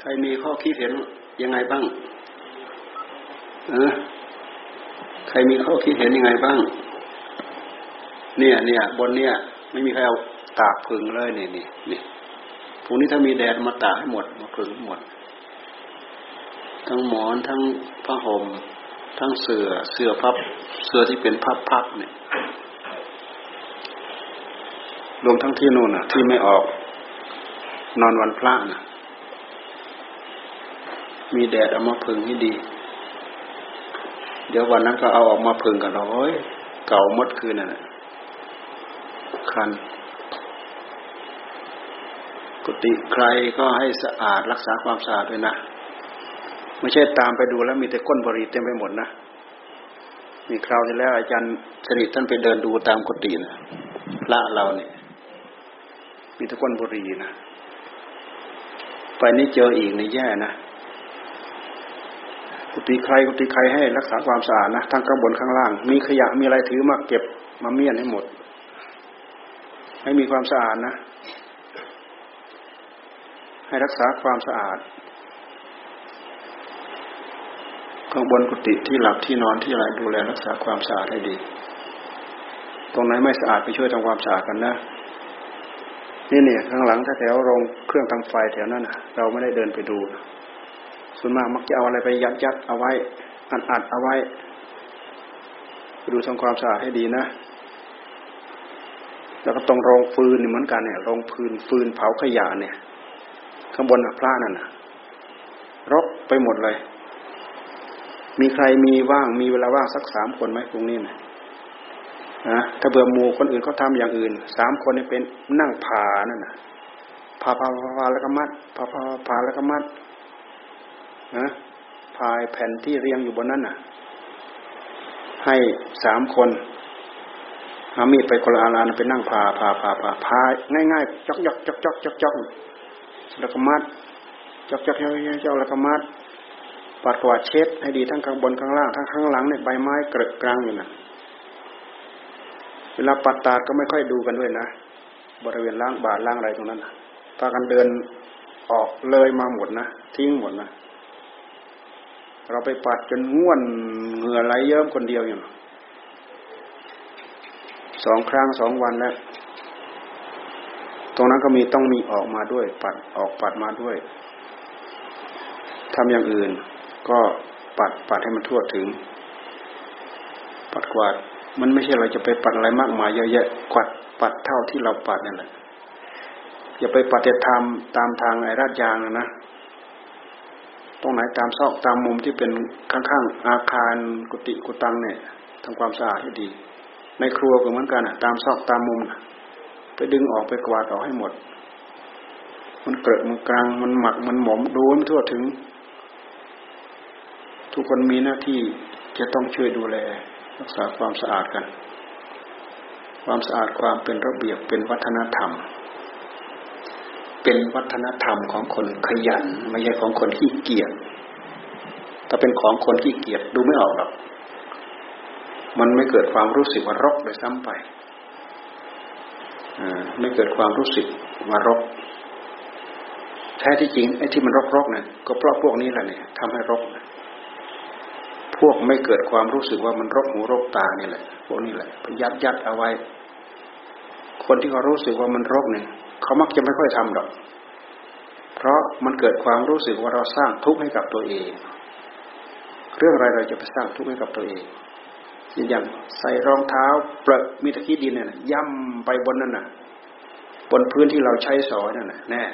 รมีข้อคิดเห็นยังไงบ้างใครมีข้อคิดเห็นยังไงบ้างเนี่ยบนเนี่ยไม่มีใครเอาตากผึ่งเลยนี่พรุ่งนี้ถ้ามีแดดมาตากให้หมดมาผึ่งหมดทั้งหมอนทั้งผ้าห่มทั้งเสื่อพับเสื่อที่เป็นพับเนี่ยรวมทั้งที่นู่นน่ะที่ไม่ออกนอนวันพระน่ะมีแดดเอามาผึ่งให้ดีเดี๋ยววันนั้นก็เอาออกมาผึ่งกันโอ้ยเก่าหมดคืนน่ะคันกุฏิใครก็ให้สะอาดรักษาความสะอาดด้วยนะไม่ใช่ตามไปดูแล้วมีแต่ก้นบุหรี่เต็มไปหมดนะมีคราวที่แล้วอาจารย์สนิทท่านไปเดินดูตามกุฏินะพระเราเนี่ยมีแต่ก้นบุหรี่นะไปนี่เจออีกในแย่นะกุฏิใครให้รักษาความสะอาดนะทั้งข้างบนข้างล่างมีขยะมีอะไรถือมาเก็บมาเมี่ยนให้หมดให้มีความสะอาดนะให้รักษาความสะอาดข้างบนกุฏิที่หลับที่นอนที่อะไรดูแลรักษาความสะอาดให้ดีตรงไหนไม่สะอาดไปช่วยทำความสะอาดกันนะนี่ข้างหลังถ้าแถวโรงเครื่องทำไฟแถวนั้นนะเราไม่ได้เดินไปดูส่วนมากมักจะเอาอะไรไปยัดเอาไว้อัดเอาไว้ไปดูทำความสะอาดให้ดีนะแล้วก็ตรงโรงฟืนนี่เหมือนกันเนี่ยโรงฟืนเผาขยะเนี่ยข้างบนพระนั่นน่ะรกไปหมดเลยมีใครมีเวลาว่างสัก3 คนไหมตรงนี้นะถ้าเบื่อหมู่คนอื่นเขาทำอย่างอื่น3 คนนี่เป็นนั่งผ่านั่นน่ะผ่าแล้วก็มัดผ่าแล้วก็มัดพายแผ่นที่เรียงอยู่บนนั้นน่ะให้3 คนเอามีดไปคนละอันไปนั่งผ่าง่ายๆจอกแล้วก็มัดจอกแล้วก็มัดปัดกวาดเช็ดให้ดีทั้งข้างบนข้างล่างทั้งข้างหลังเนี่ยใบไม้เกลอะกลางอยู่น่ะเวลาปัดตาดก็ไม่ค่อยดูกันด้วยนะบริเวณล้างบาทล้างอะไรตรงนั้นน่ะพากันเดินออกเลยมาหมดนะทิ้งหมดนะเราไปปัดจนง่วนเหงื่อไหลเยิ้มคนเดียวอยู่2 ครั้ง 2 วันแล้วตรงนั้นก็ต้องมีออกมาด้วยปัดมาด้วยทำอย่างอื่นก็ปัดให้มันทั่วถึงปัดกวาดมันไม่ใช่เราจะไปปัดอะไรมากมายเยอะแยะปัดเท่าที่เราปัดนั่นแหละอย่าไปปัดแต่ตามทางไอ้ราดยางนะตรงไหนตามซอกตามมุมที่เป็นข้างๆอาคารกุฏิกุฏิเนี่ยทำความสะอาดให้ดีในครัวก็เหมือนกันตามซอกตามมุมไปดึงออกไปกวาดออกให้หมดมันเกลอะมันกลางมันหมักมันหมมดูให้ทั่วถึงทุกคนมีหน้าที่จะต้องช่วยดูแลรักษาความสะอาดกันความสะอาดความเป็นระเบียบเป็นวัฒนธรรมเป็นวัฒนธรรมของคนขยันไม่ใช่ของคนขี้เกียจถ้าเป็นของคนขี้เกียจดูไม่ออกหรอกมันไม่เกิดความรู้สึกว่ารกเลยซ้ำไปไม่เกิดความรู้สึกว่ารกแท้ที่จริงไอ้ที่มันรกๆเนี่ยก็เพราะพวกนี้แหละเนี่ยทำให้รกพวกไม่เกิดความรู้สึกว่ามันรกหูรกตานี่แหละพวกนี้แหละไปยัดเอาไว้คนที่เขารู้สึกว่ามันรกเนี่ยเขามักจะไม่ค่อยทำหรอกเพราะมันเกิดความรู้สึกว่าเราสร้างทุกข์ให้กับตัวเองเรื่องอะไรเราจะไปสร้างทุกข์ให้กับตัวเองอย่างใส่รองเท้าเปรอะมีตะขี้ดินเนี่ยย่ำไปบนนั่นน่ะบนพื้นที่เราใช้สอยนั่นน่ะแน่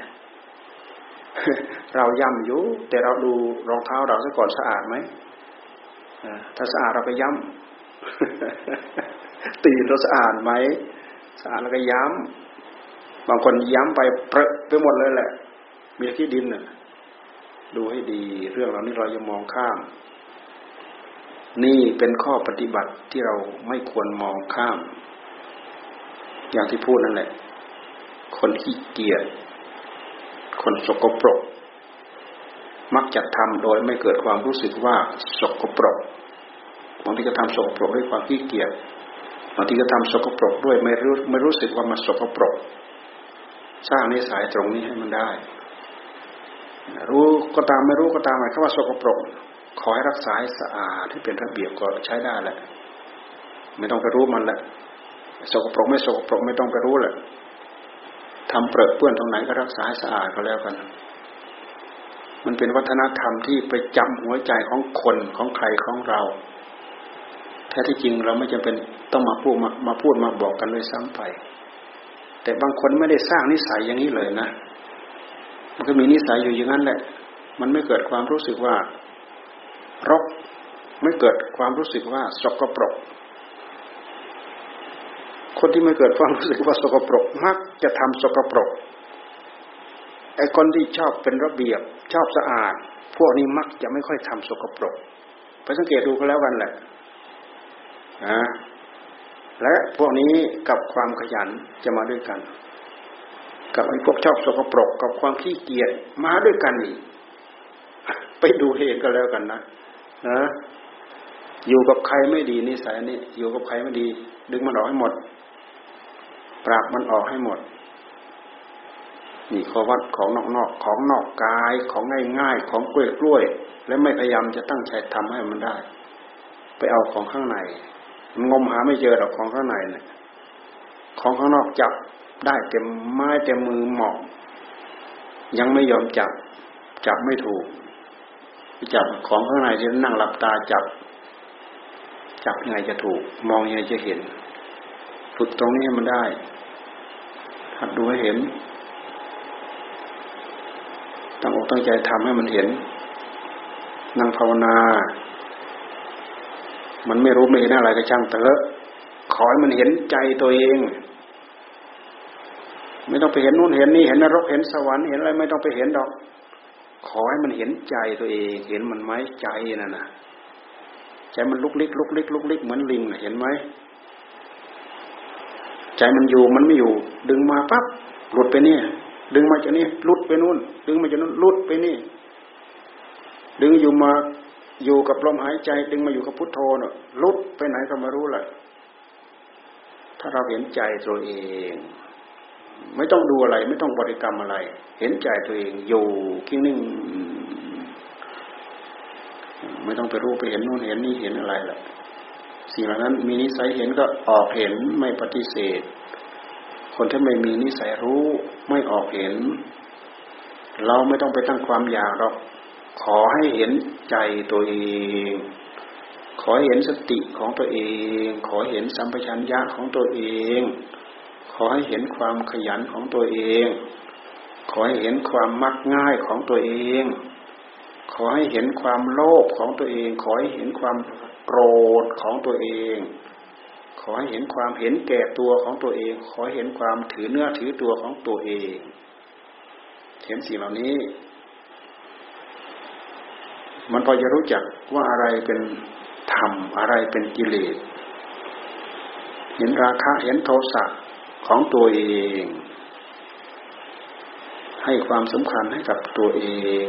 เราย่ำอยู่แต่เราดูรองเท้าเราซะก่อนสะอาดไหมถ้าสะอาดเราก็ย้ำตีนเราสะอาดไหมสะอาดเราก็ย้ำบางคนย้ำไปเปรอะไปหมดเลยแหละมีขี้ดินน่ะดูให้ดีเรื่องเหล่านี้เราอย่ามองข้ามนี่เป็นข้อปฏิบัติที่เราไม่ควรมองข้ามอย่างที่พูดนั่นแหละคนขี้เกียจคนสกปรกมักจะทำโดยไม่เกิดความรู้สึกว่าสกปรกบางทีก็ทำสกปรกด้วยความขี้เกียจบางทีก็ทำสกปรกด้วยไม่รู้สึกว่ามันสกปรกสร้างนิสัยตรงนี้ให้มันได้รู้ก็ตามไม่รู้ก็ตามหมายความว่าสกปรกขอให้รักษาให้สะอาดที่เป็นระเบียบก็ใช้ได้แหละไม่ต้องไปรู้มันแหละสกปรกไม่สกปรกไม่ต้องไปรู้แหละทำเปรอะเปื้อนตรงไหนก็รักษาให้สะอาดก็แล้วกันมันเป็นวัฒนธรรมที่ไปจำหัวใจของคนของใครของเราแท้ที่จริงเราไม่จำเป็นต้องมาพูดมาบอกกันเลยซ้ำไปแต่บางคนไม่ได้สร้างนิสัยอย่างนี้เลยนะมันก็มีนิสัยอยู่อย่างนั้นแหละมันไม่เกิดความรู้สึกว่ารกไม่เกิดความรู้สึกว่าสกปรกคนที่ไม่เกิดความรู้สึกว่าสกปรกมักจะทำสกปรกไอ้คนที่ชอบเป็นระเบียบชอบสะอาดพวกนี้มักจะไม่ค่อยทำสกปรกไปสังเกตดูก็แล้วกันแหละและพวกนี้กับความขยันจะมาด้วยกันกับไอ้พวกชอบสกปรกกับความขี้เกียจมาด้วยกันอีกไปดูเองก็แล้วกันนะอยู่กับใครไม่ดีนิสัยนี้อยู่กับใครไม่ดีดึงมันออกให้หมดปราบมันออกให้หมดนี่ข้อวัดของนอกของนอกกายของง่ายๆของกล้วยๆและไม่พยายามจะตั้งใจทำให้มันได้ไปเอาของข้างในมันงมหาไม่เจอหรอกของข้างในเนี่ยของข้างนอกจับได้เต็มไม้เต็มมือเหมาะยังไม่ยอมจับไม่ถูกจับของข้างในที่นั่งหลับตาจับยังไงจะถูกมองยังไงจะเห็นฝึกตรงนี้ให้มันได้หัดดูให้เห็นตั้งอกตั้งใจทำให้มันเห็นนั่งภาวนามันไม่รู้ไม่เห็นอะไรก็ช่างเถอะขอให้มันเห็นใจตัวเองไม่ต้องไปเห็นนู่นเห็นนี่เห็นนรกเห็นสวรรค์เห็นอะไรไม่ต้องไปเห็นดอกขอให้มันเห็นใจตัวเองเห็นมันไหมใจนั่นน่ะใจมันลุกลิกเหมือนลิงเห็นไหมใจมันอยู่มันไม่อยู่ดึงมาปั๊บหลุดไปนี่ดึงมาจากนี่หลุดไปนู่นดึงมาจากนู่นหลุดไปนี่ดึงอยู่กับลมหายใจดึงมาอยู่กับพุทโธน่ะหลุดไปไหนก็ไม่รู้แหละถ้าเราเห็นใจตัวเองไม่ต้องดูอะไรไม่ต้องบริกรรมอะไรเห็นใจตัวเองอยู่นิ่งไม่ต้องไปรู้ไปเห็นนู่นเห็นนี่เห็นอะไรล่ะสิ่งเหล่านั้นมีนิสัยเห็นก็ออกเห็นไม่ปฏิเสธคนที่ไม่มีนิสัยรู้ไม่ออกเห็นเราไม่ต้องไปตั้งความอยากหรอกขอให้เห็นใจตัวเองขอให้เห็นสติของตัวเองขอให้เห็นสัมปชัญญะของตัวเองขอให้เห็นความขยันของตัวเองขอให้เห็นความมักง่ายของตัวเองขอให้เห็นความโลภของตัวเองขอให้เห็นความโกรธของตัวเองขอให้เห็นความเห็นแก่ตัวของตัวเองขอให้เห็นความถือเนื้อถือตัวของตัวเองเห็นสิ่งเหล่านี้มันพอจะรู้จักว่าอะไรเป็นธรรมอะไรเป็นกิเลสเห็นราคะเห็นโทสะของตัวเองให้ความสำคัญให้กับตัวเอง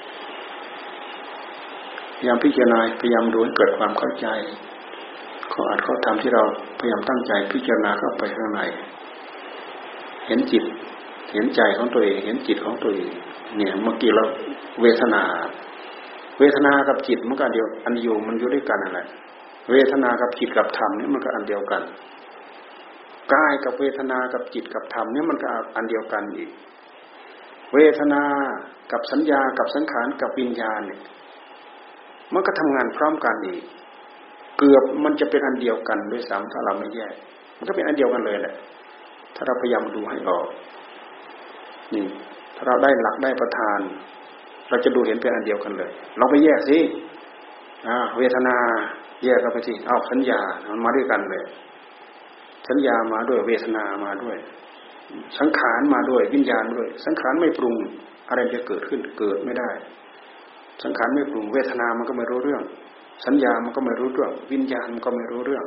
พยายามพิจารณาพยายามดูให้เกิดความเข้าใจข้ออัดข้อธรรมที่เราพยายามตั้งใจพิจารณาเข้าไปข้างในเห็นจิตเห็นใจของตัวเองเห็นจิตของตัวเองเนี่ยเมื่อกี้เราเวทนากับจิตมันก็อันเดียวมันอยู่ด้วยกันนั่นแหละเวทนากับจิตกับธรรมนี่มันก็อันเดียวกันกายกับเวทนากับจิตกับธรรมนี่มันก็อันเดียวกันอีกเวทนากับสัญญากับสังขารกับวิญญาณเนี่ยมันก็ทำงานพร้อมกันอีกเกือบมันจะเป็นอันเดียวกันด้วยซ้ำถ้าเราไม่แยกมันก็เป็นอันเดียวกันเลยแหละถ้าเราพยายามดูให้ออกนี่ถ้าเราได้หลักได้ประธานเราจะดูเห็นเป็นอันเดียวกันเลยเราไปแยกสิเวทนาแยกเข้าไปสิเอาสัญญามันมาด้วยกันเลยสัญญามาด้วยเวทนามาด้วยสังขารมาด้วยวิญญาณด้วยสังขารไม่ปรุงอะไรจะเกิดขึ้นเกิดไม่ได้สังขารไม่ปรุงเวทนามันก็ไม่รู้เรื่องสัญญามันก็ไม่รู้เรื่องวิญญาณมันก็ไม่รู้เรื่อง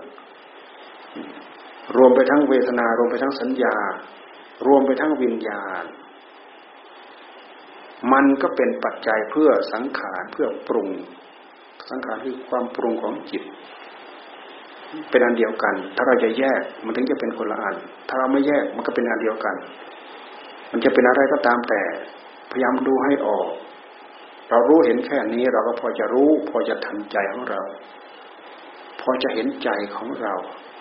รวมไปทั้งเวทนารวมไปทั้งสัญญารวมไปทั้งวิญญาณมันก็เป็นปัจจัยเพื่อสังขารเพื่อปรุงสังขารคือความปรุงของจิตเป็นอันเดียวกันถ้าเราจะแยกมันถึงจะเป็นคนละอันถ้าเราไม่แยกมันก็เป็นอันเดียวกันมันจะเป็นอะไรก็ตามแต่พยายามดูให้ออกเรารู้เห็นแค่นี้เราก็พอจะรู้พอจะทันใจของเราพอจะเห็นใจของเรา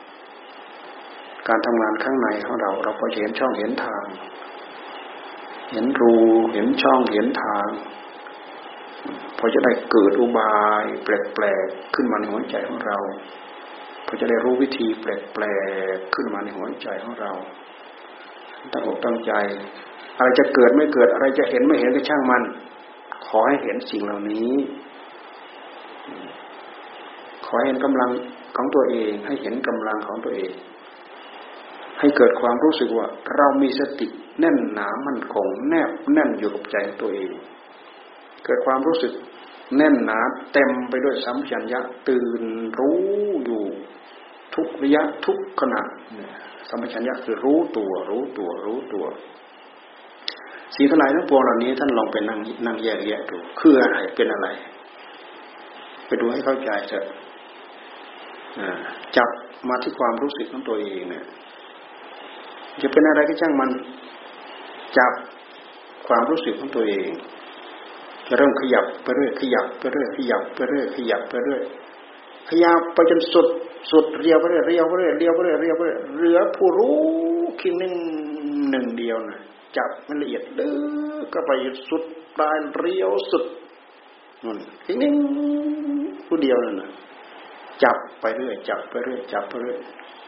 การทำงานข้างในของเราเราพอจะเห็นช่องเห็นทางเห็นรูเห็นช่องเห็นทางพอจะได้เกิดอุบายแปลกๆขึ้นมาในหัวใจของเราพอจะได้รู้วิธีแปลกๆขึ้นมาในหัวใจของเราตั้งอกตั้งใจอะไรจะเกิดไม่เกิดอะไรจะเห็นไม่เห็นก็ช่างมันขอให้เห็นสิ่งเหล่านี้ขอให้เห็นกำลังของตัวเองให้เห็นกำลังของตัวเองให้เกิดความรู้สึกว่าเรามีสติแน่นหนามั่นคงแนบแน่นอยู่กับใจของตัวเองเกิดความรู้สึกแน่นหนาเต็มไปด้วยสัมปชัญญะตื่นรู้อยู่ทุกระยะทุกขณะสัมปชัญญะคือรู้ตัวสิ่งทั้งหลายทั้งปวงเหล่านี้ท่านลองไปนั่งแยกแยะดูคืออะไรเป็นอะไรไปดูให้เข้าใจเถอะจับมาที่ความรู้สึกของตัวเองเนี่ยจะเป็นอะไรก็ช่างมันจับความรู้สึกของตัวเองจะเริ่มขยับไปเรื่อยขยับไปเรื่อยขยับไปเรื่อยขยับไปเรื่อยขยับไปจนสุดเรียวไปเรื่อยเรียวไปเรื่อยเรียวไปเรื่อยเรียวไปเรื่อยเหลือผู้รู้เพียงหนึ่งเดียวนะจับมันละเอียดลึกก็ไปสุดปลายเรียวสุดนั่นเพียงหนึ่งผู้เดียวนั่นนะจับไปเรื่อยจับไปเรื่อยจับไปเรื่อย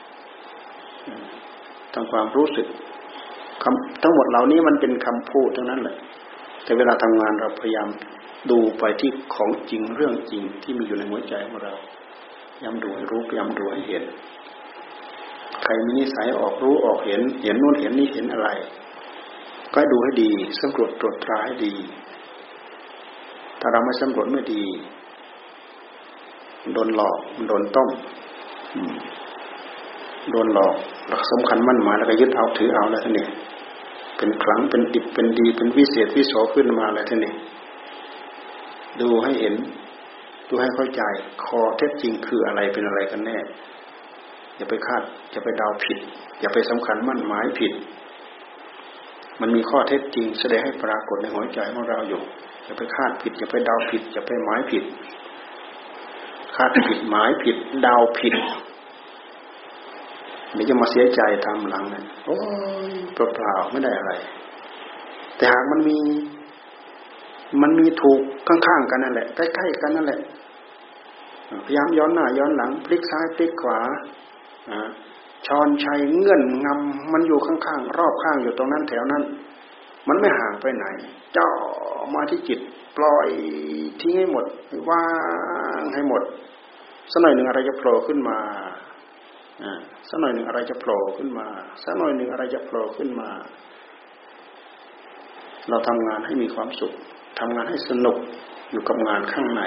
ทำความรู้สึกทั้งหมดเหล่านี้มันเป็นคำพูดทั้งนั้นแหละแต่เวลาทำงานเราพยายามดูไปที่ของจริงเรื่องจริงที่มีอยู่ในหัวใจของเราย้ำดูให้รู้ย้ำดูให้เห็นใครมีนิสัยออกรู้ออกเห็นนู่นเห็นนี่เห็นอะไรก็ดูให้ดีสำรวจตรวจตราให้ดีถ้าเราไม่สำรวจไม่ดีโดนหลอกโดนต้มโดนหลอกหลักสำคัญมั่นหมายแล้วก็ยึดเอาถือเอาแล้วท่านนี่เป็นขลังเป็นดิบเป็นดีเป็นวิเศษวิโสขึ้นมาแล้วท่านนี่ดูให้เห็นดูให้เข้าใจคอเท็จจริงคืออะไรเป็นอะไรกันแน่อย่าไปคาดอย่าไปเดาผิดอย่าไปสำคัญมั่นหมายผิดมันมีข้อเท็จจริงแสดงให้ปรากฏในหัวใจของเราอยู่อย่าไปคาดผิดอย่าไปเดาผิดอย่าไปหมายผิดคาดผิดหมายผิดเดาผิดไม่จะมาเสียใจทำหลังเนี่ยโอ้ยเปล่าๆไม่ได้อะไรแต่หากมันมีถูกข้างๆกันนั่นแหละใกล้ๆกันนั่นแหละพยายามย้อนหน้าย้อนหลังพลิกซ้ายพลิกขวาช้อนชัยเงื่อนงำมันอยู่ข้างๆรอบข้างอยู่ตรงนั้นแถวนั้นมันไม่ห่างไปไหนจ่อมาที่จิตปล่อยทิ้งให้หมดว่างให้หมดสักหน่อยหนึ่งอะไรจะโผล่ขึ้นมาสักหน่อยหนึ่งอะไรจะโผล่ขึ้นมาสักหน่อยหนึ่งอะไรจะโผล่ขึ้นมาเราทำงานให้มีความสุขทำงานให้สนุกอยู่กับงานข้างใน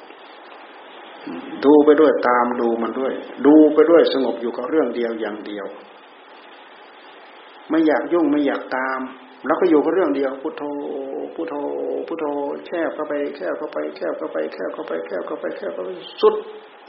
ดูไปด้วยตามดูมันด้วยดูไปด้วยสงบอยู่กับเรื่องเดียวอย่างเดียวไม่อยากยุ่งไม่อยากตามแล้วก็อยู่กับเรื่องเดียวพุทโธพุทโธพุทโธแคบเข้าไปแคบเข้าไปแคบเข้าไปแคบเข้าไปแคบเข้าไปแคบเข้าไปสุด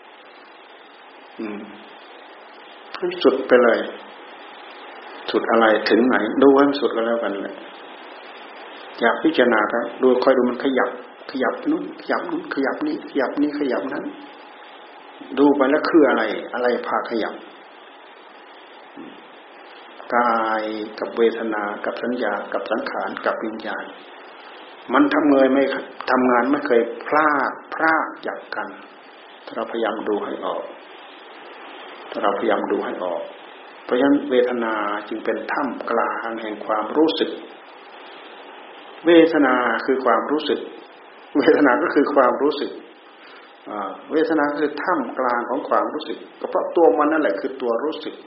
สุดไปเลยสุดอะไรถึงไหนดูให้มันสุดก็แล้วกันแหละอยากพิจารณาครับดูคอยดูมันขยับนู้นขยับนู้นขยับนี้ขยับนี้ขยับนั้นดูไปแล้วคืออะไรพาขยับกายกับเวทนากับสัญญากับสังขารกับวิญญาณมันทำงานไม่เคยพลากจากกันถ้าเราพยายามดูให้ออกเพราะฉะนั้นเวทนาจึงเป็นถ้ำกลางแห่งความรู้สึกเวทนาคือความรู้สึกเวทนาก็คือความรู้สึกเวทนาคือถ้ำกลางของความรู้สึกก็เพราะตัวมันนั่นแหละคือตัวรู้สึก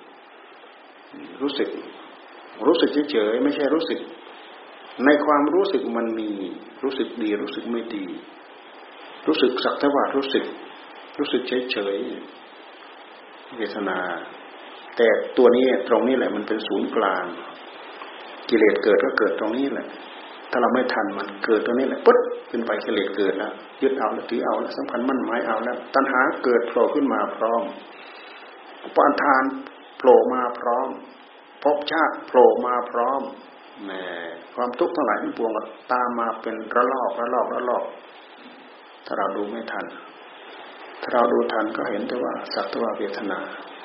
เฉยๆไม่ใช่รู้สึกในความรู้สึกมันมีรู้สึกดีรู้สึกไม่ดีรู้สึกสักแต่ว่ารู้สึกเฉยๆเวทนาแต่ตัวนี้ตรงนี้แหละมันเป็นศูนย์กลางกิเลสเกิดก็เกิดตรงนี้แหละถ้าเราไม่ทันมันเกิดตรงนี้แหละปึ๊ดเป็นไฟกิเลสเกิดแล้วยึดเอาแล้วถือเอาแล้วสำคัญมั่นหมายเอาแล้วตัณหาเกิดโผล่ขึ้นมาพร้อมอุปาทานโผล่มาพร้อมภพชาติโผล่มาพร้อมแหมความทุกข์ทั้งหลายทั้งปวงก็ตามมาเป็นระลอกระลอกระลอกถ้าเราดูไม่ทันถ้าเราดูทันก็เห็นแต่ว่าสักแต่ว่าเวทนา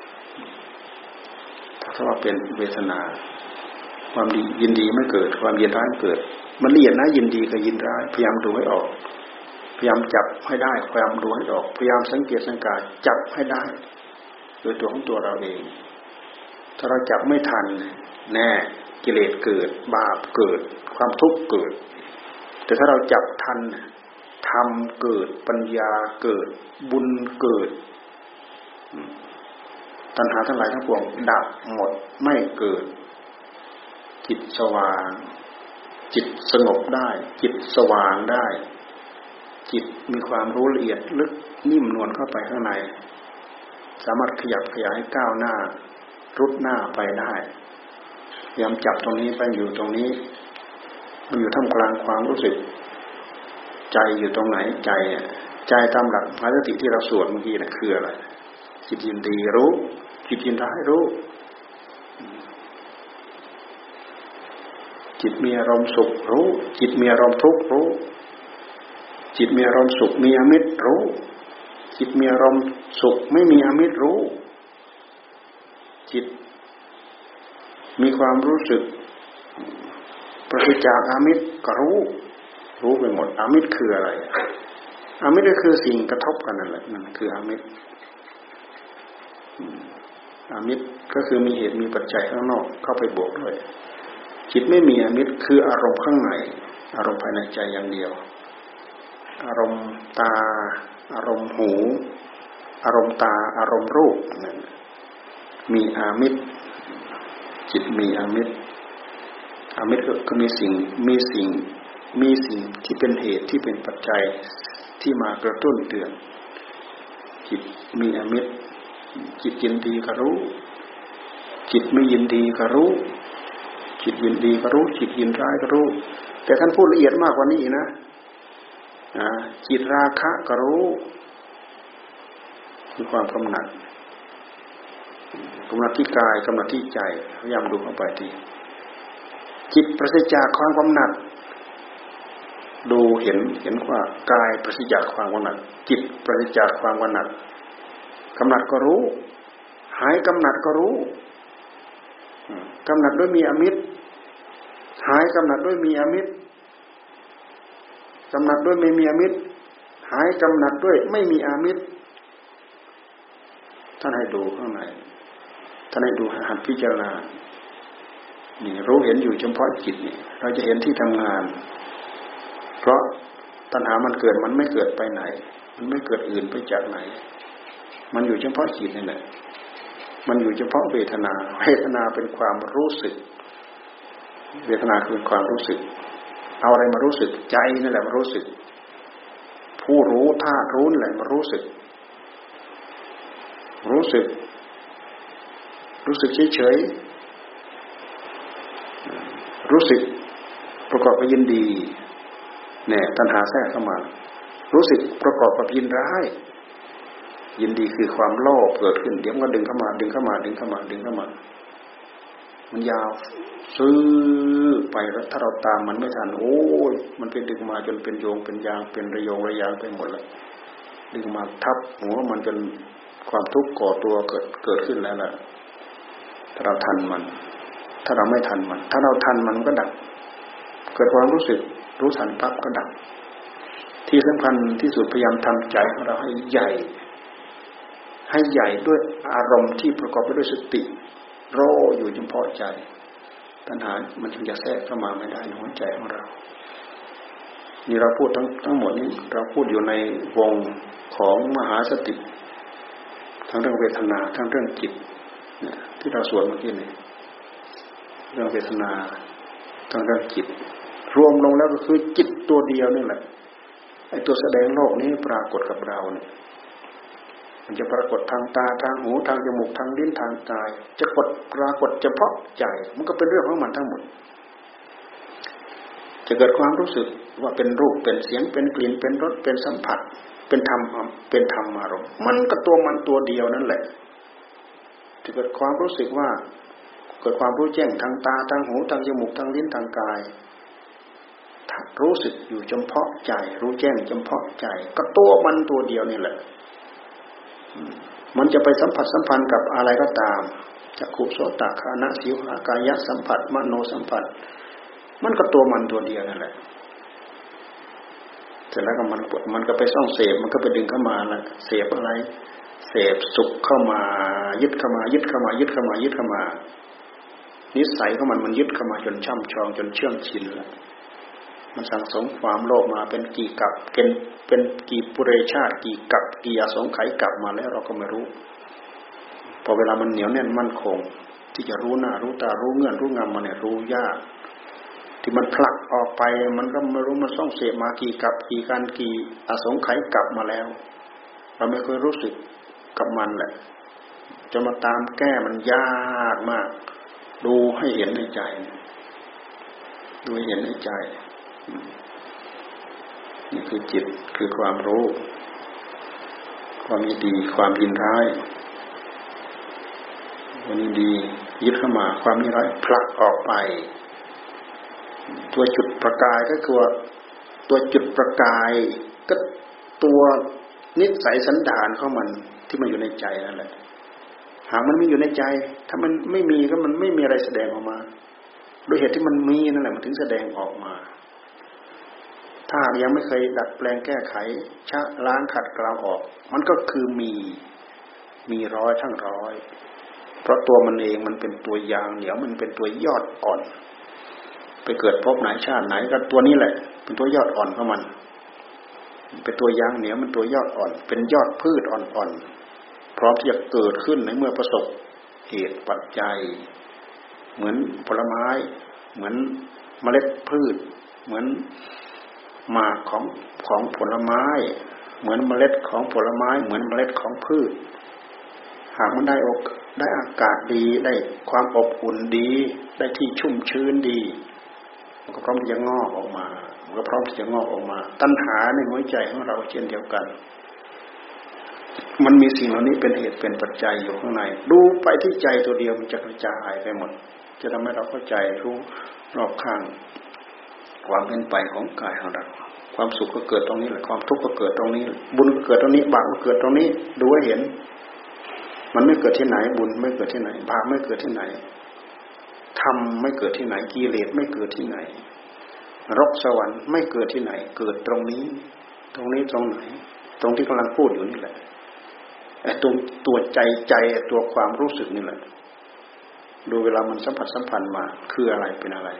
ถ้าว่าเป็นเวทนาความดียินดีไม่เกิดความยินร้ายไม่เกิดมันละเอียดนะยินดีกับยินร้ายพยายามดูให้ออกพยายามจับให้ได้พยายามดูให้ออกพยายามสังเกตสังกาจับให้ได้โดยตัวของตัวเราเองถ้าเราจับไม่ทันแน่กิเลสเกิดบาปเกิดความทุกข์เกิดแต่ถ้าเราจับทันธรรมเกิดปัญญาเกิดบุญเกิดตัณหาทั้งหลายทั้งปวงดับหมดไม่เกิดจิตสว่างจิตสงบได้จิตสว่างได้จิตมีความรู้ละเอียดลึกนิ่มนวลเข้าไปข้างในสามารถขยับขยายก้าวหน้ารุดหน้าไปได้พยายามจับตรงนี้ไปอยู่ตรงนี้มันอยู่ท่ามกลางความรู้สึกใจอยู่ตรงไหนใจตามหลักมหาสติที่เราสวดเมื่อกี้น่ะคืออะไรจิตยินดีรู้จิตยินร้ายรู้จิตมีอารมณ์สุขรู้จิตมีอารมณ์ทุกข์รู้จิตมีอารมณ์สุขมีอมิตรรู้จิตมีอารมณ์สุขไม่มีอมิตรรู้จิตมีความรู้สึกปราศจากอามิตรก็รู้ไปหมดอามิตรคืออะไรอามิตรก็คือสิ่งกระทบกันนั่นแหละนั่นคืออามิตรอามิตรก็คือมีเหตุมีปัจจัยข้างนอกเข้าไปบวกด้วยจิตไม่มีอามิตรคืออารมณ์ข้างในอารมณ์ภายในใจอย่างเดียวอารมณ์ตาอารมณ์หูอารมณ์ตาอารมณ์รูปนั่นมีอามิตรจิตมีอามิตรอามิตรก็มีสิ่งที่เป็นเหตุที่เป็นปัจจัยที่มากระตุ้นเตือนจิตมีอามิตรจิตยินดีก็รู้จิตไม่ยินดีก็รู้จิตยินดีก็รู้จิตยินร้ายก็รู้แต่ท่านพูดละเอียดมากกว่านี้นะจิตราคะก็รู้คือความกำหนัดที่กายกำหนัดที่ใจพยายามดูเข้าไปทีจิตปราศจากความกำหนัดดูเห็นว่ากายปราศจากความกำหนัดจิตปราศจากความกำหนัดกำหนัดก็รู้หายกำหนัดก็รู้กำหนัดด้วยมีอมิตรหายกำหนัดด้วยมีอมิตรกำหนัดด้วยไม่มีอมิตรหายกำหนัดด้วยไม่มีอามิตรท่านให้ดูข้างในท่านให้ดูหัดพิจารณานี่รู้เห็นอยู่เฉพาะจิตนี่เราจะเห็นที่ทำงานเพราะตัณหามันเกิดมันไม่เกิดไปไหนมันไม่เกิดอื่นไปจากไหนมันอยู่เฉพาะจิตนี่แหละมันอยู่เฉพาะเวทนาเป็นความรู้สึกเวทนาคือความรู้สึกเอาอะไรมารู้สึกใจนั่นแหละมารู้สึกผู้รู้ธาตุรู้นั่นแหละมารู้สึกเฉยๆรู้สึกประกอบกับยินดีเนี่ยตัณหาแทรกเข้ามารู้สึกประกอบกับยินร้ายยินดีคือความโลภเกิดขึ้นเดี๋ยวมันก็ดึงเข้ามามันยาวซื้อไปแล้วถ้าเราตามมันไม่ทันโอ้ยมันเป็นดึงมาจนเป็นโยงเป็นยางเป็นระยางไปหมดแล้วดึงมาทับหัวมันจนความทุกข์ก่อตัวเกิดขึ้นแล้วล่ะถ้าเราทันมันถ้าเราไม่ทันมันถ้าเราทันมันก็ดับเกิดความรู้สึกรู้ทันปั๊บก็ดับที่สำคัญที่สุดพยายามทำใจของเราให้ใหญ่ด้วยอารมณ์ที่ประกอบไปด้วยสติโรอยู่เฉพาะใจตัณหามันจึงจะแทรกเข้ามาไม่ได้ในหัวใจของเรานี่เราพูดทั้งหมดนี้เราพูดอยู่ในวงของมหาสติทั้งเรื่องเวทนาทั้งเรื่องจิตเนี่ยที่เราสวดเมื่อกี้นี่เรื่องเวทนาทั้งเรื่องจิตรวมลงแล้วก็คือจิตตัวเดียวนี่แหละไอ้ตัวแสดงโลกนี้ปรากฏกับเราเนี่ยมันจะปรากฏทางตาทางหูทางจมูกทางลิ้นทางกายจะปรากฏเฉพาะใจมันก็เป็นเรื่องของมันทั้งหมดจะเกิดความรู้สึกว่าเป็นรูปเป็นเสียงเป็นกลิ่นเป็นรสเป็นสัมผัสเป็นธรรมอารมณ์มันก็ตัวมันตัวเดียวนั่นแหละจะเกิดความรู้สึกว่าเกิดความรู้แจ้งทางตาทางหูทางจมูกทางลิ้นทางกายรู้สึกอยู่เฉพาะใจรู้แจ้งเฉพาะใจก็ตัวมันตัวเดียวนี่แหละมันจะไปสัมผัสสัมพันธ์กับอะไรก็ตามจักขุโสตคานะชิวหากายะสัมผัสมโนสัมผัสมันก็ตัวมันตัวเดียวนั่นแหละเสร็จแล้วก็มันก็ไปส่องเสพมันก็ไปดึงเข้ามาแล้วเสพอะไรเสพสุขเข้ามายึดเข้ามายึดเข้ามายึดเข้ามายึดเข้ามานิสัยของมันยึดเข้ามาจนช่ำชองจนเชื่องชินแล้วมันสั่งสมความโลภมาเป็นกี่กับเป็นกี่ปุเรชาติกี่กับกี่อสงไขยกับมาแล้วเราก็ไม่รู้พอเวลามันเหนียวแน่นมั่นคงที่จะรู้หน้ารู้ตารู้เงื่อนรู้งำมันเนี่ยรู้ยากที่มันผลักออกไปมันก็ไม่รู้มันส่องเสพมากี่กับกี่การกี่อสงไขยกับมาแล้วเราไม่เคยรู้สึกกับมันแหละจนมาตามแก้มันยากมากดูให้เห็นในใจดูให้เห็นในใจนี่คือจิตคือความรู้ความยินดีความยินร้ายวันนี้ดียึดเข้ามาความยินร้ายผลักออกไปตัวจุดประกายก็คือตัวจุดประกายก็ตัวนิสัยสันดานของมันที่มันอยู่ในใจนั่นแหละหากมันไม่อยู่ในใจถ้ามันไม่มีก็มันไม่มีอะไรแสดงออกมาด้วยเหตุที่มันมีนั่นแหละมันถึงแสดงออกมาถ้ายังไม่เคยดัดแปลงแก้ไขชะล้างขัดเกลาออกมันก็คือมีร้อยทั้งร้อยเพราะตัวมันเองมันเป็นตัวยางเหนียวมันเป็นตัวยอดอ่อนไปเกิดพบไหนชาติไหนก็ตัวนี้แหละเป็นตัวยอดอ่อนของมันเป็นตัวยางเหนียวมันตัวยอดอ่อนเป็นยอดพืชอ่อนๆพร้อมที่จะเกิดขึ้นในเมื่อประสบเหตุปัจจัยเหมือนผลไม้เหมือนเมล็ดพืชเหมือนหมากของผลไม้เหมือนเมล็ดของผลไม้เหมือนเมล็ดของพืชหากมันได้อากาศดีได้ความอบอุ่นดีได้ที่ชุ่มชื้นดีมันก็พร้อมที่จะงอกออกมามันก็พร้อมที่จะงอกออกมาตัณหาในหัวใจของเราเช่นเดียวกันมันมีสิ่งเหล่านี้เป็นเหตุเป็นปัจจัยอยู่ข้างในดูไปที่ใจตัวเดียวมันจะกระจายไปหมดจะทำให้เราเข้าใจรู้รอบข้างความเป็นไปของกายของเราความสุขก็เกิดตรงนี้แหละความทุกข์ก็เกิดตรงนี้บุญก็เกิดตรงนี้บาปก็เกิดตรงนี้ดูให้เห็นมันไม่เกิดที่ไหนบุญไม่เกิดที่ไหนบาปไม่เกิดที่ไหนธรรมไม่เกิดที่ไหนกิเลสไม่เกิดที่ไหนนรกสวรรค์ไม่เกิดที่ไหนเกิดตรงนี้ตรงนี้ตรงไหนตรงที่กำลังพูดอยู่นี่แหละไอ้ตัวใจตัวความรู้สึกนี่แหละดูเวลามันสัมผัสสัมพันธ์มาคืออะไรเป็นอะไร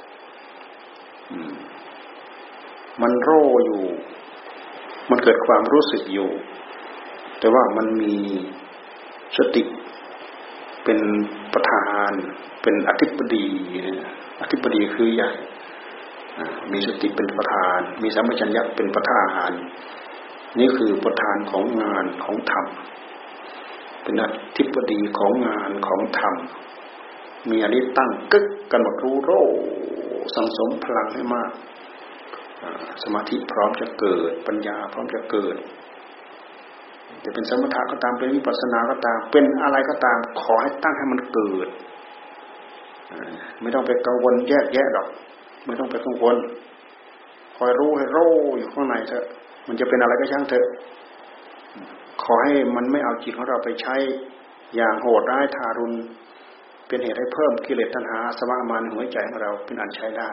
มันโร่อยู่มันเกิดความรู้สึกอยู่แต่ว่ามันมีสติเป็นประธานเป็นอธิบดีอธิบดีคือใหญ่มีสติเป็นประธานมีสัมปชัญญะเป็นประธานนี่คือประธานของงานของธรรมเป็นอธิบดีของงานของธรรมมีอันนี้ตั้งกึกกันหมดรู้โร่สังสมพลังให้มากสมาธิพร้อมจะเกิดปัญญาพร้อมจะเกิดจะเป็นสมถะก็ตามเป็นวิปัสสนาก็ตามเป็นอะไรก็ตามขอให้ตั้งให้มันเกิดไม่ต้องไปกังวลแยกแยะหรอกไม่ต้องไปกังวลคอยรู้ให้โร่อยู่ข้างในเถอะมันจะเป็นอะไรก็ช่างเถอะขอให้มันไม่เอาจิตของเราไปใช้อย่างโหดร้ายทารุณเป็นเหตุให้เพิ่มกิเลสตัณหาอาสวะมาในหัวใจของเราเป็นอันใช้ได้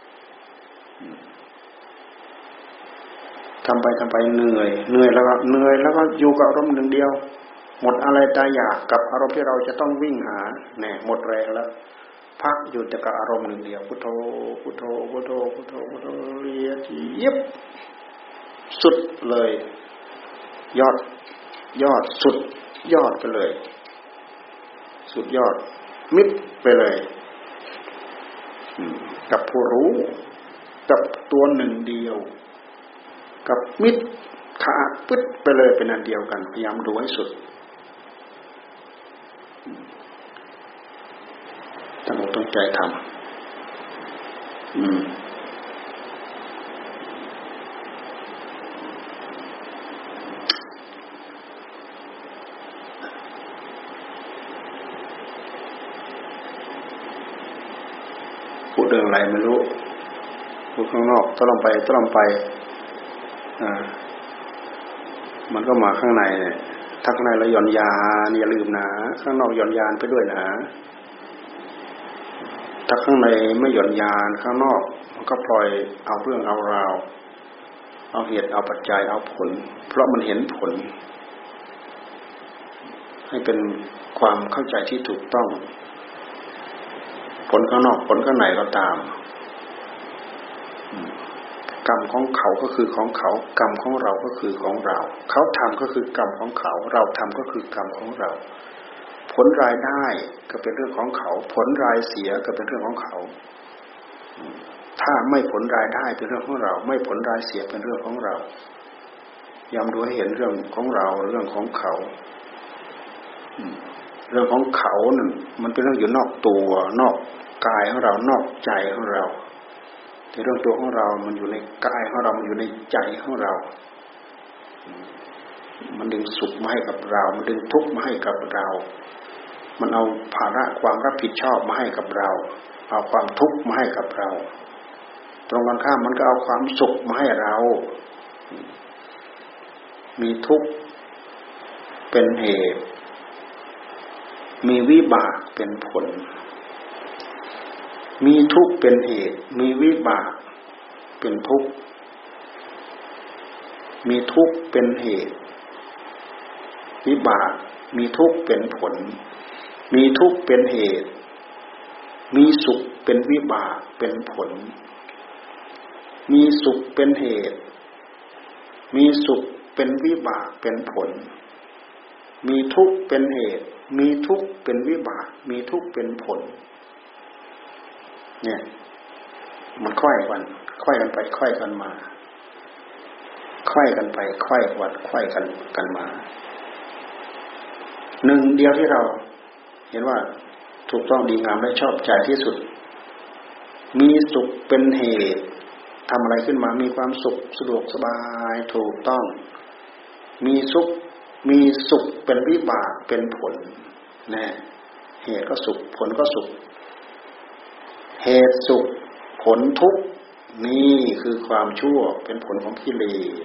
ทำไปเหนื่อยแล้วก็อยู่กับอารมณ์หนึ่งเดียวหมดอะไรตายอยากกับอารมณ์ที่เราจะต้องวิ่งหาแน่หมดแรงแล้วพักอยู่แต่กับอารมณ์หนึ่งเดียวพุทโธพุทโธพุทโธพุทโธพุทโธเรียยิบสุดเลยยอดสุดยอดไปเลยสุดยอดมิดไปเลยกับผู้รู้กับตัวหนึ่งเดียวกับมิดขาดปึ๊ดไปเลยเป็นอันเดียวกันพยายามดูให้สุดตั้งอกตั้งใจทำดเรื่องอะไรไม่รู้พูดข้างนอกตะล่อมไปมันก็มาข้างในเนี่ยถ้าข้างในเราหย่อนยานอย่าลืมนะข้างนอกหย่อนยานไปด้วยนะถ้าข้างในไม่หย่อนยานข้างนอกมันก็ปล่อยเอาเรื่องเอาราวเอาเหตุเอาปัจจัยเอาผลเพราะมันเห็นผลให้เป็นความเข้าใจที่ถูกต้องผลข้างนอกผลข้างในก็ตามกรรมของเขาก็คือของเขากรรมของเราก็คือของเราเขาทำก็คือกรรมของเขาเราทำก็คือกรรมของเราผลรายได้ก็เป็นเรื่องของเขาผลรายเสียก็เป็นเรื่องของเขาถ้าไม่ผลรายได้เป็นเรื่องของเราไม่ผลรายเสียเป็นเรื่องของเราย้ำดูให้เห็นเรื่องของเราเรื่องของเขาเรื่องของเขานั่นมันเป็นเรื่องอยู่นอกตัวนอกกายของเรานอกใจของเราแต่เรื่องตัวของเรามันอยู่ในกายของเรามันอยู่ในใจของเรามันดึงสุขมาให้กับเรามันดึงทุกข์มาให้กับเรามันเอาภาระความรับผิดชอบมาให้กับเราเอาความทุกข์มาให้กับเราตรงกันข้ามมันก็เอาความสุขมาให้เรามีทุกข์เป็นเหตุมีวิบากเป็นผลมีทุกข์เป็นเหตุมีวิบากเป็นทุกข์มีทุกข์เป็นเหตุวิบากมีทุกข์เป็นผลมีทุกข์เป็นเหตุมีสุขเป็นวิบากเป็นผลมีสุขเป็นเหตุมีสุขเป็นวิบากเป็นผลมีทุกข์เป็นเหตุมีทุกข์เป็นวิบากมีทุกข์เป็นผลเนี่ยมันค่อยกันไปค่อยกันมาค่อยกันไปค่อยวัดค่อยกันมาหนึ่งเดียวที่เราเห็นว่าถูกต้องดีงามและชอบใจที่สุดมีสุขเป็นเหตุทำอะไรขึ้นมามีความสุขสะดวกสบายถูกต้องมีสุขเป็นวิบากเป็นผลแน่เหตุก็สุขผลก็สุขเหตุสุขผลทุกข์นี่คือความชั่วเป็นผลของกิเลส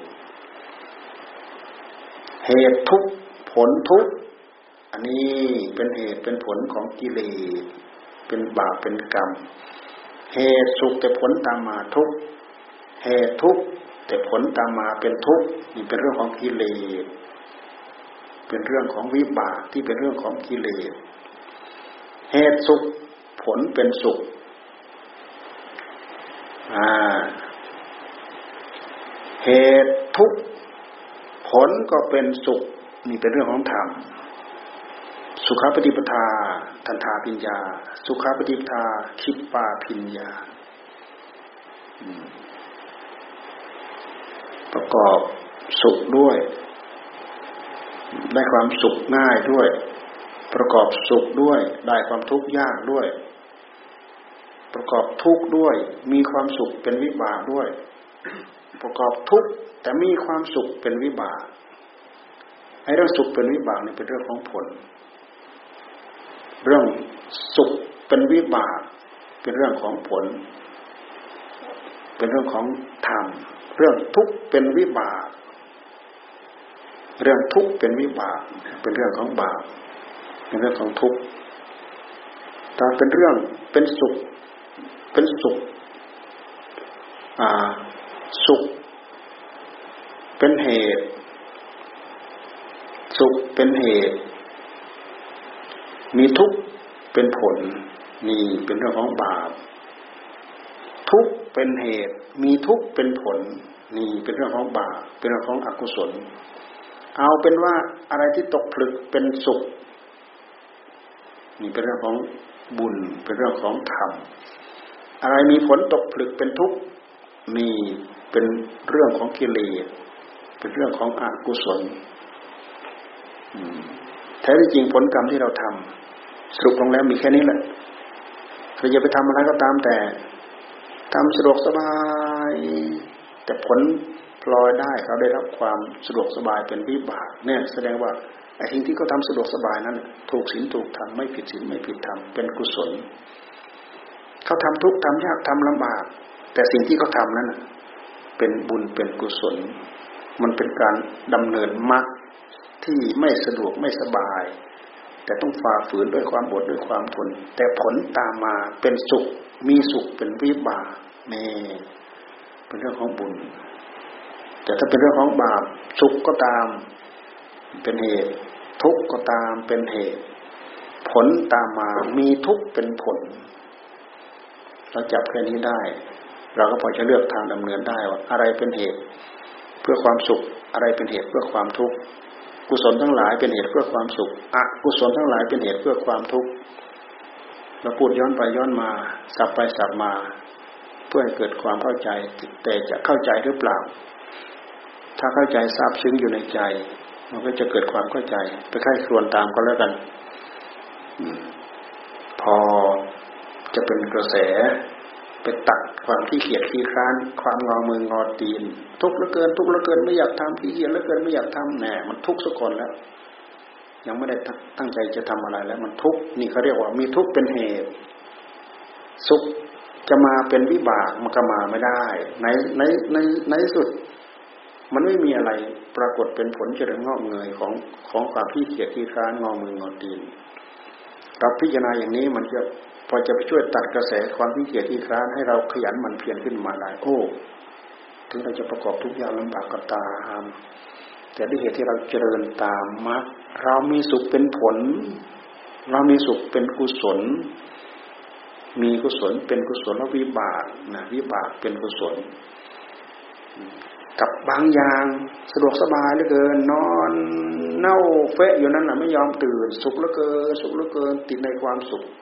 เหตุทุกข์ผลทุกข์อันนี้เป็นเหตุเป็นผลของกิเลสเป็นบาปเป็นกรรมเหตุสุขแต่ผลตามมาทุกข์เหตุทุกข์แต่ผลตามมาเป็นทุกข์นี่เป็นเรื่องของกิเลสเป็นเรื่องของวิบากที่เป็นเรื่องของกิเลสเหตุสุขผลเป็นสุขเหตุทุกข์ผลก็เป็นสุขนี่เป็นเรื่องของธรรมสุขปฏิปทาทันทาปิญญาสุขปฏิปทาคิปปาปิญญาประกอบสุขด้วยได้ความสุขง่ายด้วยประกอบสุขด้วยได้ความทุกข์ยากด้วยประกอบทุกข์ด้วยมีความสุขเป็นวิบากด้วยประกอบทุกข์แต่มีความสุขเป็นวิบากไอ้เรื่องสุขเป็นวิบากนี่เป็นเรื่องของผลเรื่องสุขเป็นวิบากเป็นเรื่องของผลเป็นเรื่องของธรรมเรื่องทุกข์เป็นวิบากเรื่องทุกข์เป็นวิบากเป็นเรื่องของบาปเป็นเรื่องของทุกข์แต่เป็นเรื่องเป็นสุขสุขเป็นเหตุสุขเป็นเหตุมีทุกข์เป็นผลนี่เป็นเรื่องของบาปทุกข์เป็นเหตุมีทุกข์เป็นผลนี่เป็นเรื่องของบาปเป็นเรื่องของอกุศลเอาเป็นว่าอะไรที่ตกผลึกเป็นสุขนี่เป็นเรื่องของบุญเป็นเรื่องของธรรมอะไรมีผลตกผลึกเป็นทุกข์นี่เป็นเรื่องของกิเลสเป็นเรื่องของอกุศลแท้ที่จริงผลกรรมที่เราทำสรุปลงแล้วมีแค่นี้แหละเราจะไปทำอะไรก็ตามแต่ทำสะดวกสบายแต่ผลพลอยได้เขาได้รับความสะดวกสบายเป็นวิบากเนี่ยแสดงว่าไอ้สิ่งที่เขาทำสะดวกสบายนั้นถูกศีลถูกธรรมไม่ผิดศีลไม่ผิดธรรมเป็นกุศลเขาทำทุกข์ทำยากทำลำบากแต่สิ่งที่เขาทำนั้นเป็นบุญเป็นกุศลมันเป็นการดำเนินมรรคที่ไม่สะดวกไม่สบายแต่ต้องฝ่าฝืนด้วยความอดด้วยความทนแต่ผลตามมาเป็นสุขมีสุขเป็นวิบากนี่เป็นเรื่องของบุญแต่ถ้าเป็นเรื่องของบาปสุขก็ตามเป็นเหตุทุกข์ก็ตามเป็นเหตุผลตามมามีทุกข์เป็นผลเราจับแค่นี้ได้เราก็พอจะเลือกทางดำเนินได้ว่าอะไรเป็นเหตุเพื่อความสุขอะไรเป็นเหตุเพื่อความทุกข์กุศลทั้งหลายเป็นเหตุเพื่อความสุขอกุศลทั้งหลายเป็นเหตุเพื่อความทุกข์เราพูดย้อนไปย้อนมาสับไปสับมาเพื่อให้เกิดความเข้าใจแต่จะเข้าใจหรือเปล่าถ้าเข้าใจทราบซึ้งอยู่ในใจมันก็จะเกิดความเข้าใจไปไข้ครวญตามก็แล้วกันพอจะเป็นกระแสไปตัดความขี้เกียจขี้คร้านความงอมืองอตีนทุกข์เหลือเกินทุกข์เหลือเกินไม่อยากทำขี้เกียจเหลือเกินไม่อยากทำแหน่มันทุกข์ซะก่อนแล้วยังไม่ได้ตั้งใจจะทำอะไรแล้วมันทุกข์นี่เขาเรียกว่ามีทุกข์เป็นเหตุสุขจะมาเป็นวิบากมันก็มาไม่ได้ในสุดมันไม่มีอะไรปรากฏเป็นผลเจริญงอกเงยของความขี้เกียจขี้คร้านงอมืองอตีนเราพิจารณาอย่างนี้มันจะพอจะไปช่วยตัดกระแสความขี้เกียจขี้คร้านให้เราขยันหมั่นเพียรขึ้นมาได้โอ้ถึงเราจะประกอบทุกอย่างลำบากก็ตามแต่ด้วยเหตุที่เราเจริญตามมรรคเรามีสุขเป็นผลเรามีสุขเป็นกุศลมีกุศลเป็นกุศลวิบากนะวิบากเป็นกุศลกับบางอย่างสะดวกสบายเหลือเกินนอนเน่าเฟะอยู่นั่นน่ะไม่ยอมตื่นสุขเหลือเกินสุขเหลือเกินติดในความสุข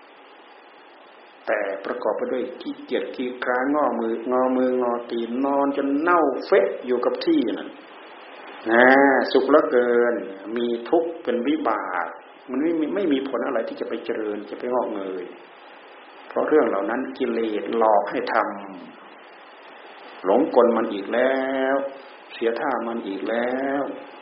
แต่ประกอบไปด้วยขี้เกียจขี้คร้านงอมืองอตีนนอนจนเน่าเฟะอยู่กับที่นั่นสุขเหลือเกินมีทุกข์เป็นวิบากมันไม่มีผลอะไรที่จะไปเจริญจะไปงอกเงยเพราะเรื่องเหล่านั้นกิเลสหลอกให้ทำหลงกลมันอีกแล้วเสียท่ามันอีกแล้ว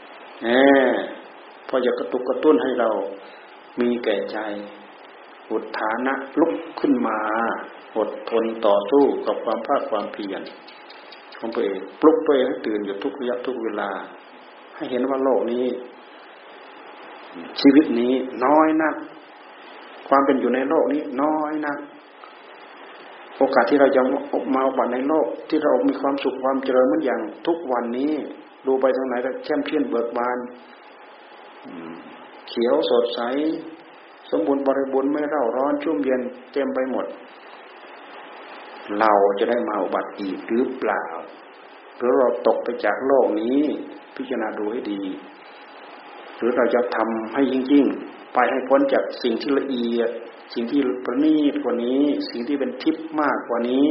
พอจะกระตุกกระตุ้นให้เรามีแก่ใจอุทานะลุกขึ้นมาอดทนต่อสู้กับความภาคความเพียรของตัวเองปลุกตัวเองให้ตื่นอยู่ทุกระยะทุกเวลาให้เห็นว่าโลกนี้ชีวิตนี้น้อยนักความเป็นอยู่ในโลกนี้น้อยนักโอกาสที่เราจะมาอุบัติในโลกที่เรามีความสุขความเจริญเหมือนอย่างทุกวันนี้ดูไปทางไหนก็แช่มชื่นเบิกบานเขียวสดใสสมบูรณ์บริบูรณ์ไม่เร่าร้อนชุ่มเย็นเต็มไปหมดเราจะได้มาอุบัติอีกหรือเปล่าหรือเราตกไปจากโลกนี้พิจารณาดูให้ดีหรือเราจะทำให้ยิ่งๆไปให้พ้นจากสิ่งที่ละเอียดสิ่งที่ประณีตกว่านี้สิ่งที่เป็นทิพย์มากกว่านี้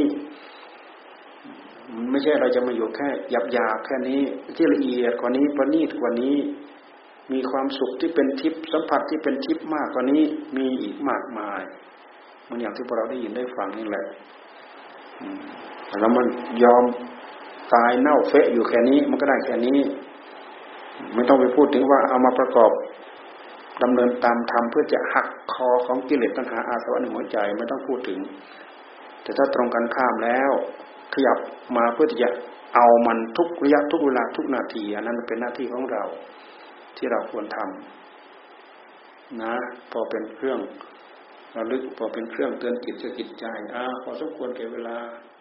ไม่ใช่เราจะมาอยู่แค่หยาบๆแค่นี้ที่ละเอียดกว่านี้ประณีตกว่านี้มีความสุขที่เป็นทิพย์สัมผัสที่เป็นทิพย์มากกว่านี้มีอีกมากมายมันอย่างที่พวกเราได้ยินได้ฟังนี่แหละแล้วมันยอมตายเน่าเฟะอยู่แค่นี้มันก็ได้แค่นี้ไม่ต้องไปพูดถึงว่าเอามาประกอบดำเนินตามธรรมเพื่อจะหักคอของกิเลสตัณหาอาสวะในหัวใจไม่ต้องพูดถึงแต่ถ้าตรงกันข้ามแล้วขยับมาเพื่อที่จะเอามันทุกระยะทุกเวลาทุกนาทีอันนั้นเป็นหน้าที่ของเราที่เราควรทำนะพอเป็นเครื่องระลึกพอเป็นเครื่องเตือนจิตสะกิดใจพอสมควรแก่เวลา